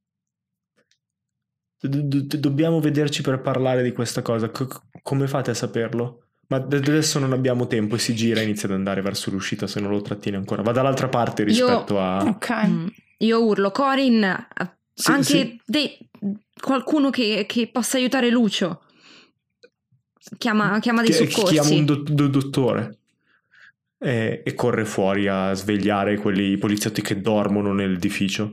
Dobbiamo vederci per parlare di questa cosa. Come fate a saperlo? Ma adesso non abbiamo tempo. E si gira e inizia ad andare verso l'uscita, se non lo trattiene ancora. Va dall'altra parte rispetto a... Ok. Io urlo, Corin, Sì, anche sì. qualcuno che possa aiutare Lucio. Chiama dei soccorsi. Chiama un dottore. E corre fuori a svegliare quelli poliziotti che dormono nell'edificio.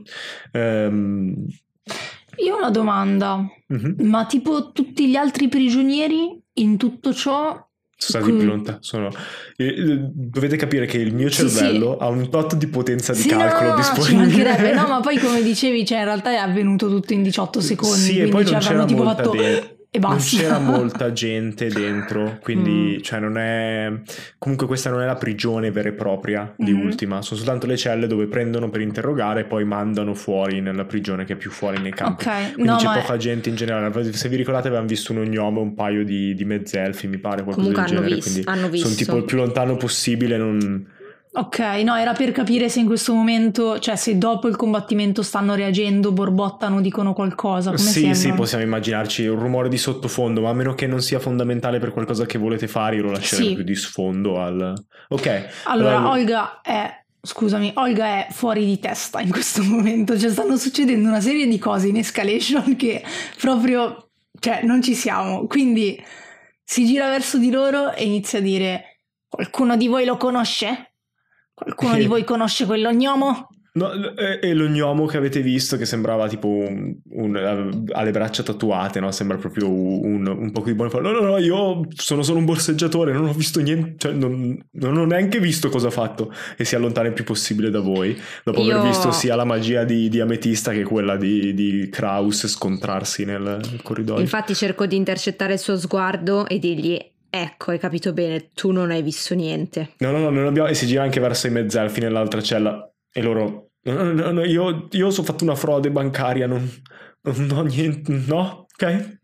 Io ho una domanda. Mhm. Ma tipo tutti gli altri prigionieri in tutto ciò... Sono stati più lontani. Dovete capire che il mio cervello ha un tot di potenza di calcolo ci disponibile. mancherebbe. No, ma poi come dicevi, cioè in realtà è avvenuto tutto in 18 secondi. Sì, e quindi poi ci non c'era avranno tipo molta fatto e non basta. c'era molta gente dentro, quindi cioè non è... Comunque questa non è la prigione vera e propria di Ultima, sono soltanto le celle dove prendono per interrogare e poi mandano fuori nella prigione che è più fuori nei campi. Ok, Quindi c'è poca gente in generale. Se vi ricordate avevamo visto un gnomo e un paio di mezzelfi, mi pare, qualcosa Comunque del genere, hanno quindi visto. sono tipo il più lontano possibile, non... Ok, no, era per capire se in questo momento, cioè se dopo il combattimento stanno reagendo, borbottano, dicono qualcosa, come Sì, sembra? possiamo immaginarci un rumore di sottofondo, ma a meno che non sia fondamentale per qualcosa che volete fare, io lo lascerei Sì. più di sfondo al... Ok. Allora, Olga è scusami, Olga è fuori di testa in questo momento, cioè stanno succedendo una serie di cose in escalation che proprio, cioè non ci siamo, quindi si gira verso di loro e inizia a dire: qualcuno di voi lo conosce? Qualcuno di voi conosce quello gnomo? No, e lo gnomo che avete visto che sembrava tipo ha le braccia tatuate, no? Sembra proprio un po' di buon. No, io sono solo un borseggiatore, non ho visto niente, cioè non ho neanche visto cosa ha fatto, e si allontana il più possibile da voi, dopo aver visto sia la magia di Ametista che quella di Kraus scontrarsi nel corridoio. Infatti cerco di intercettare il suo sguardo e dirgli: ecco, hai capito bene, tu non hai visto niente. No, non abbiamo. E si gira anche verso i mezzelfi nell'altra cella. E loro: no, io sono fatto una frode bancaria, non ho niente, no, ok?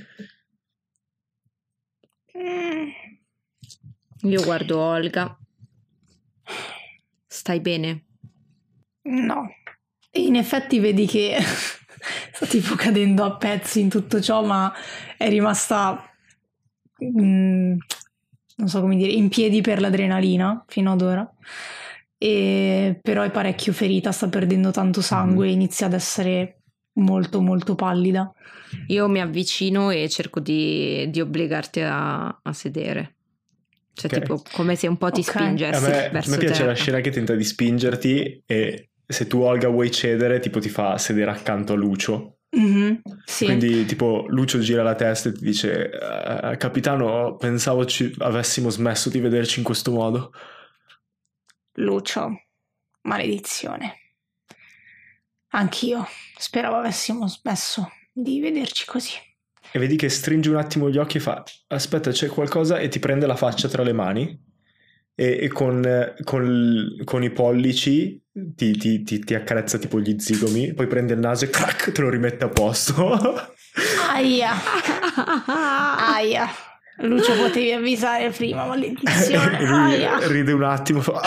Io guardo Olga. Stai bene? No. E in effetti vedi che sta tipo cadendo a pezzi in tutto ciò, ma è rimasta, non so come dire, in piedi per l'adrenalina fino ad ora. Però è parecchio ferita, sta perdendo tanto sangue, inizia ad essere molto molto pallida. Io mi avvicino e cerco di obbligarti a sedere, cioè tipo come se un po' ti spingessi verso a me piace terra. la scena che tenta di spingerti, e se tu, Olga, vuoi cedere, tipo ti fa sedere accanto a Lucio. Sì. Quindi tipo Lucio gira la testa e ti dice: capitano, pensavo avessimo smesso di vederci in questo modo. Lucio, maledizione. Anch'io speravo avessimo smesso di vederci così. E vedi che stringe un attimo gli occhi e fa: aspetta, c'è qualcosa, e ti prende la faccia tra le mani e con i pollici ti accarezza tipo gli zigomi, poi prende il naso e crack, te lo rimette a posto. Aia. Lucio, potevi avvisare prima, maledizione. E lui ride un attimo, fa: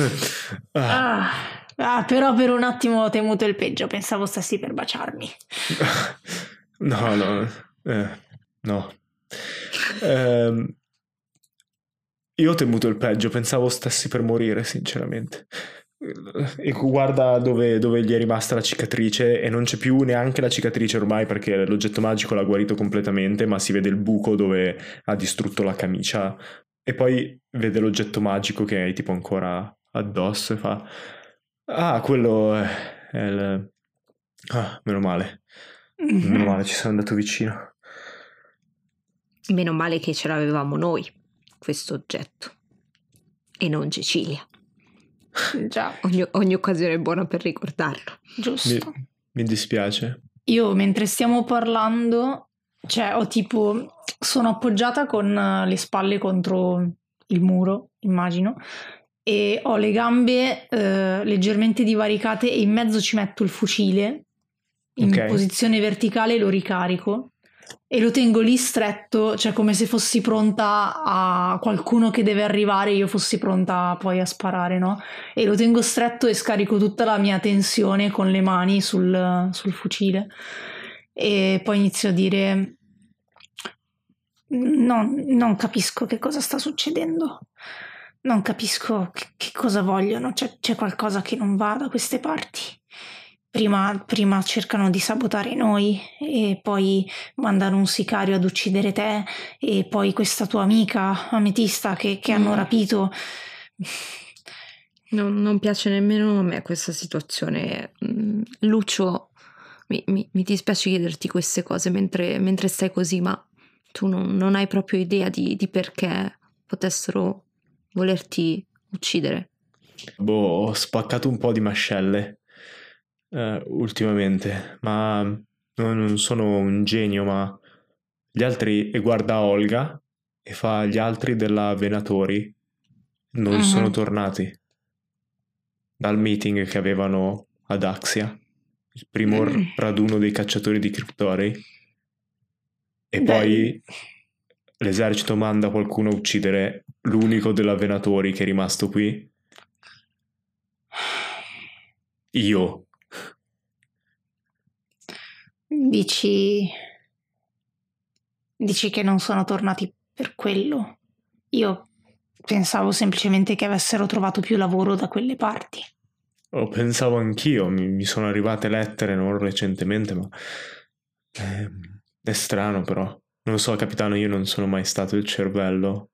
però per un attimo ho temuto il peggio, pensavo stessi per baciarmi. No. Io ho temuto il peggio, pensavo stessi per morire, sinceramente. E guarda dove gli è rimasta la cicatrice, e non c'è più neanche la cicatrice ormai, perché l'oggetto magico l'ha guarito completamente, ma si vede il buco dove ha distrutto la camicia, e poi vede l'oggetto magico che è tipo ancora addosso e fa: quello è il... meno male. Meno male, ci sono andato vicino. Meno male che ce l'avevamo noi, questo oggetto, e non Cecilia. Già. Ogni occasione è buona per ricordarlo. Giusto. Mi dispiace. Io mentre stiamo parlando, cioè sono appoggiata con le spalle contro il muro, immagino, e ho le gambe leggermente divaricate, e in mezzo ci metto il fucile in posizione verticale e lo ricarico. E lo tengo lì stretto, cioè come se fossi pronta a qualcuno che deve arrivare, io fossi pronta poi a sparare, no? E lo tengo stretto e scarico tutta la mia tensione con le mani sul fucile. E poi inizio a dire: non capisco che cosa sta succedendo. Non capisco che cosa vogliono. C'è qualcosa che non va da queste parti. Prima cercano di sabotare noi, e poi mandano un sicario ad uccidere te, e poi questa tua amica Ametista che hanno rapito. Non piace nemmeno a me questa situazione. Lucio, mi dispiace chiederti queste cose mentre stai così, ma tu non hai proprio idea di perché potessero volerti uccidere. Ho spaccato un po' di mascelle ultimamente, ma non sono un genio, ma gli altri, e guarda Olga e fa: gli altri della Venatori non sono tornati dal meeting che avevano ad Axia, il primo raduno dei cacciatori di Criptorei, e poi l'esercito manda qualcuno a uccidere l'unico della Venatori che è rimasto qui. Io. Dici che non sono tornati per quello? Io Pensavo semplicemente che avessero trovato più lavoro da quelle parti. Pensavo anch'io, mi sono arrivate lettere non recentemente, ma è strano però. Non lo so, capitano, io non sono mai stato il cervello.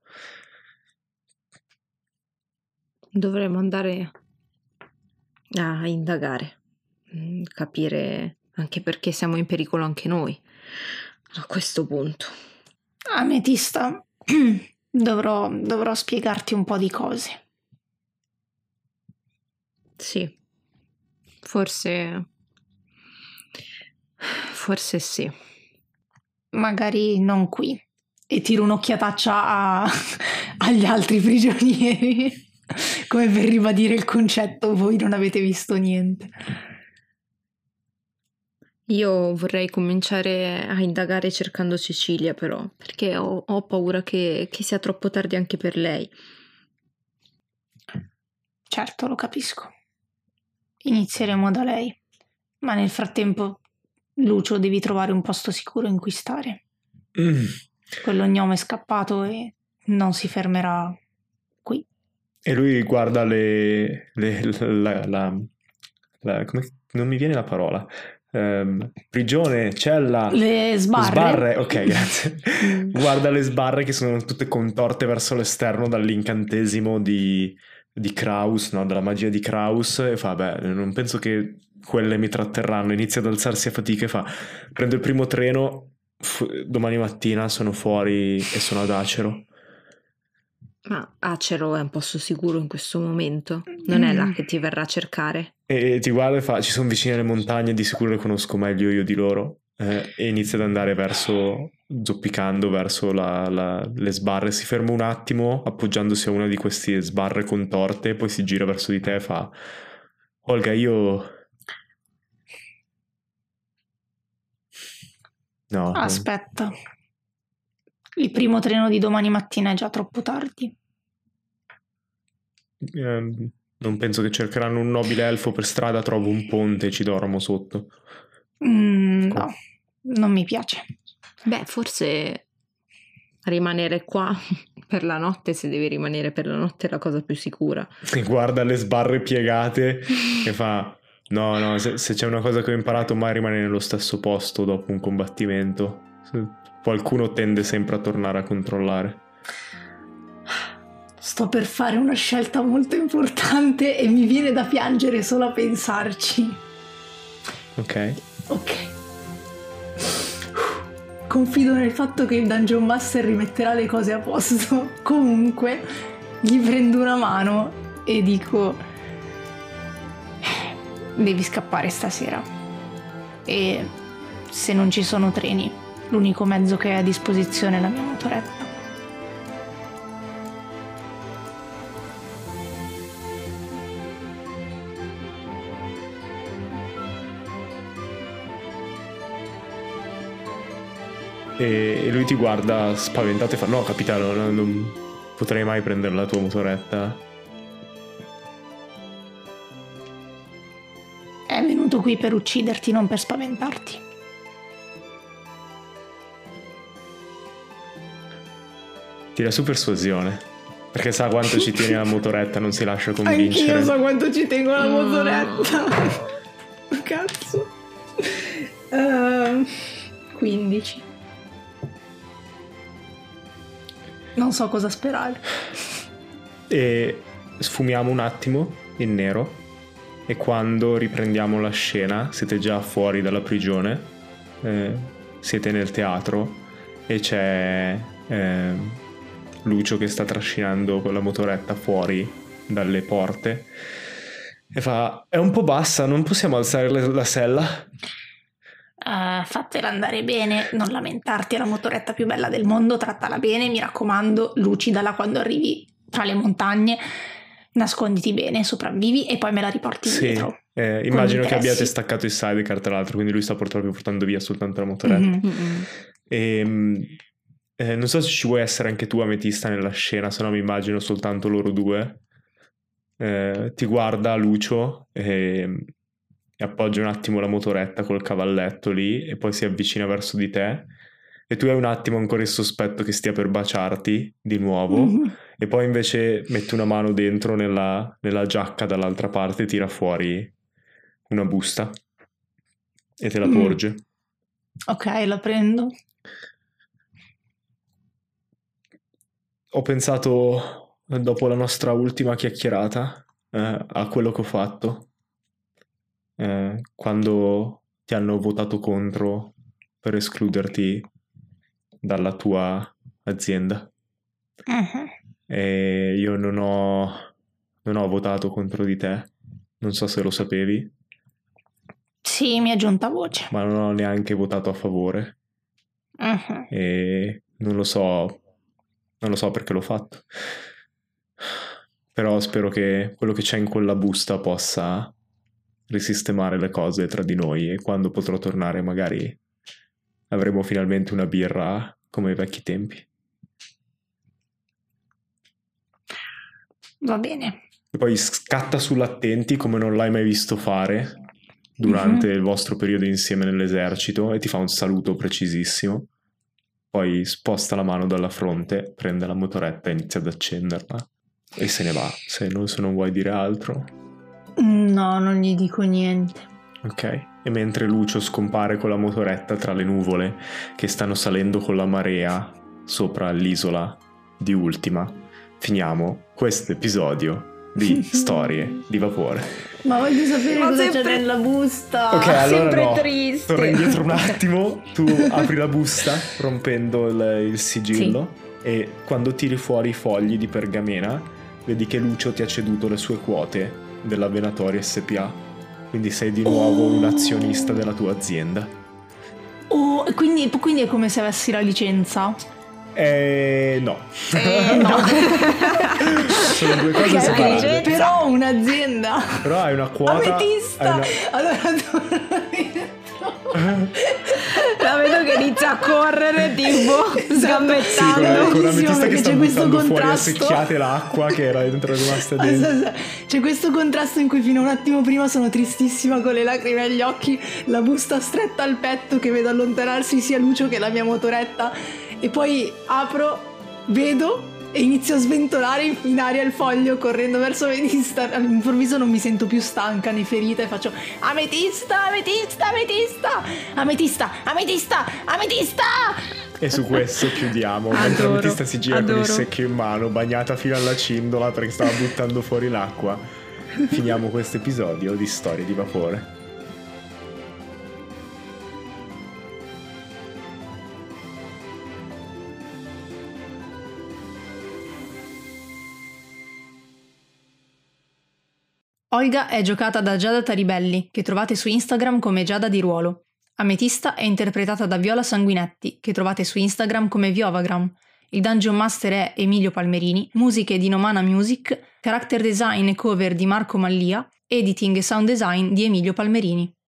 Dovremmo andare a indagare, capire anche perché siamo in pericolo anche noi a questo punto. Ametista, dovrò spiegarti un po' di cose. Sì, forse sì. Magari non qui. E tiro un'occhiataccia agli altri prigionieri, come per ribadire il concetto, voi non avete visto niente. Io vorrei cominciare a indagare cercando Cecilia, però, perché ho paura che sia troppo tardi anche per lei. Certo, lo capisco. Inizieremo da lei, ma nel frattempo, Lucio, devi trovare un posto sicuro in cui stare. Quello gnome è scappato e non si fermerà qui. E lui guarda come, non mi viene la parola. Prigione, cella, Le sbarre. Ok, grazie. Guarda le sbarre che sono tutte contorte verso l'esterno dall'incantesimo di Kraus, no? Dalla magia di Kraus, e fa, beh, non penso che quelle mi tratterranno. Inizia ad alzarsi a fatica e fa, prendo il primo treno, domani mattina sono fuori e sono ad Acero. Ma Acero è un posto sicuro in questo momento? Non è là che ti verrà a cercare? E ti guarda e fa, ci sono vicine alle montagne, di sicuro le conosco meglio io di loro. E inizia ad andare zoppicando verso le sbarre. Si ferma un attimo appoggiandosi a una di queste sbarre contorte, poi si gira verso di te e fa, Olga, io... No. Aspetta. Il primo treno di domani mattina è già troppo tardi. Non penso che cercheranno un nobile elfo per strada, trovo un ponte e ci dormo sotto. No, non mi piace. Beh, forse rimanere qua per la notte, se devi rimanere per la notte, è la cosa più sicura. E guarda le sbarre piegate e fa, no, se c'è una cosa che ho imparato, mai rimanere nello stesso posto dopo un combattimento. Qualcuno tende sempre a tornare a controllare. Sto per fare una scelta molto importante e mi viene da piangere solo a pensarci. Ok. Confido nel fatto che il Dungeon Master rimetterà le cose a posto. Comunque, gli prendo una mano e dico: devi scappare stasera. E se non ci sono treni, l'unico mezzo che hai a disposizione è la mia motoretta. E lui ti guarda spaventato e fa, no capitano, non potrei mai prendere la tua motoretta. È venuto qui per ucciderti, non per spaventarti. Tira su persuasione, perché sa quanto ci tiene la motoretta, non si lascia convincere. Anch'io so quanto ci tengo alla motoretta. Cazzo. 15. Non so cosa sperare. E sfumiamo un attimo in nero e quando riprendiamo la scena siete già fuori dalla prigione, siete nel teatro e c'è Lucio che sta trascinando con la motoretta fuori dalle porte e fa, è un po' bassa, non possiamo alzare la sella? Fatela andare bene, non lamentarti, è la motoretta più bella del mondo, trattala bene, mi raccomando, lucidala quando arrivi tra le montagne, nasconditi bene, sopravvivi e poi me la riporti dietro. Immagino che abbiate staccato il sidecar tra l'altro, quindi lui sta proprio portando via soltanto la motoretta. E non so se ci vuoi essere anche tu, Ametista, nella scena, se no mi immagino soltanto loro due. Ti guarda Lucio e appoggia un attimo la motoretta col cavalletto lì e poi si avvicina verso di te e tu hai un attimo ancora il sospetto che stia per baciarti di nuovo, e poi invece metti una mano dentro nella giacca dall'altra parte e tira fuori una busta e te la porge. Ok, la prendo. Ho pensato, dopo la nostra ultima chiacchierata, a quello che ho fatto quando ti hanno votato contro per escluderti dalla tua azienda. E io non ho votato contro di te, non so se lo sapevi. Sì, mi è giunta voce. Ma non ho neanche votato a favore. E non lo so perché l'ho fatto. Però spero che quello che c'è in quella busta possa risistemare le cose tra di noi, e quando potrò tornare magari avremo finalmente una birra come ai vecchi tempi. Va bene. E poi scatta sull'attenti come non l'hai mai visto fare durante il vostro periodo insieme nell'esercito e ti fa un saluto precisissimo. Poi sposta la mano dalla fronte, prende la motoretta e inizia ad accenderla e se ne va, se non vuoi dire altro. No, non gli dico niente. Ok, e mentre Lucio scompare con la motoretta tra le nuvole che stanno salendo con la marea sopra l'isola di Ultima, finiamo questo episodio di Storie di Vapore. Ma voglio sapere cosa c'è nella busta. Ok, allora sempre no. triste. Torna indietro un attimo, tu apri la busta rompendo il sigillo e quando tiri fuori i fogli di pergamena vedi che Lucio ti ha ceduto le sue quote della Venatori SPA, quindi sei di nuovo un azionista della tua azienda. Oh, quindi è come se avessi la licenza? No. No. Sono due cose separate. Però ho un'azienda. Però hai una quota. Ametista. Allora La vedo che inizia a correre tipo sgambettando. Con l'ametista che sta c'è questo buttando fuori a contrasto. secchiate l'acqua che era rimasta dentro. C'è questo contrasto in cui fino a un attimo prima sono tristissima con le lacrime agli occhi, la busta stretta al petto che vedo allontanarsi sia Lucio che la mia motoretta, e poi apro, vedo e inizio a sventolare in aria il foglio correndo verso Ametista. All'improvviso non mi sento più stanca né ferita e faccio Ametista, Ametista, Ametista, Ametista, Ametista, Ametista. E su questo chiudiamo. Mentre Ametista si gira con il secchio in mano, bagnata fino alla cindola perché stava buttando fuori l'acqua, finiamo questo episodio di Storie di Vapore. Olga è giocata da Giada Taribelli, che trovate su Instagram come Giada di Ruolo. Ametista è interpretata da Viola Sanguinetti, che trovate su Instagram come Viovagram. Il Dungeon Master è Emilio Palmerini, musiche di Nomana Music, character design e cover di Marco Mallia, editing e sound design di Emilio Palmerini.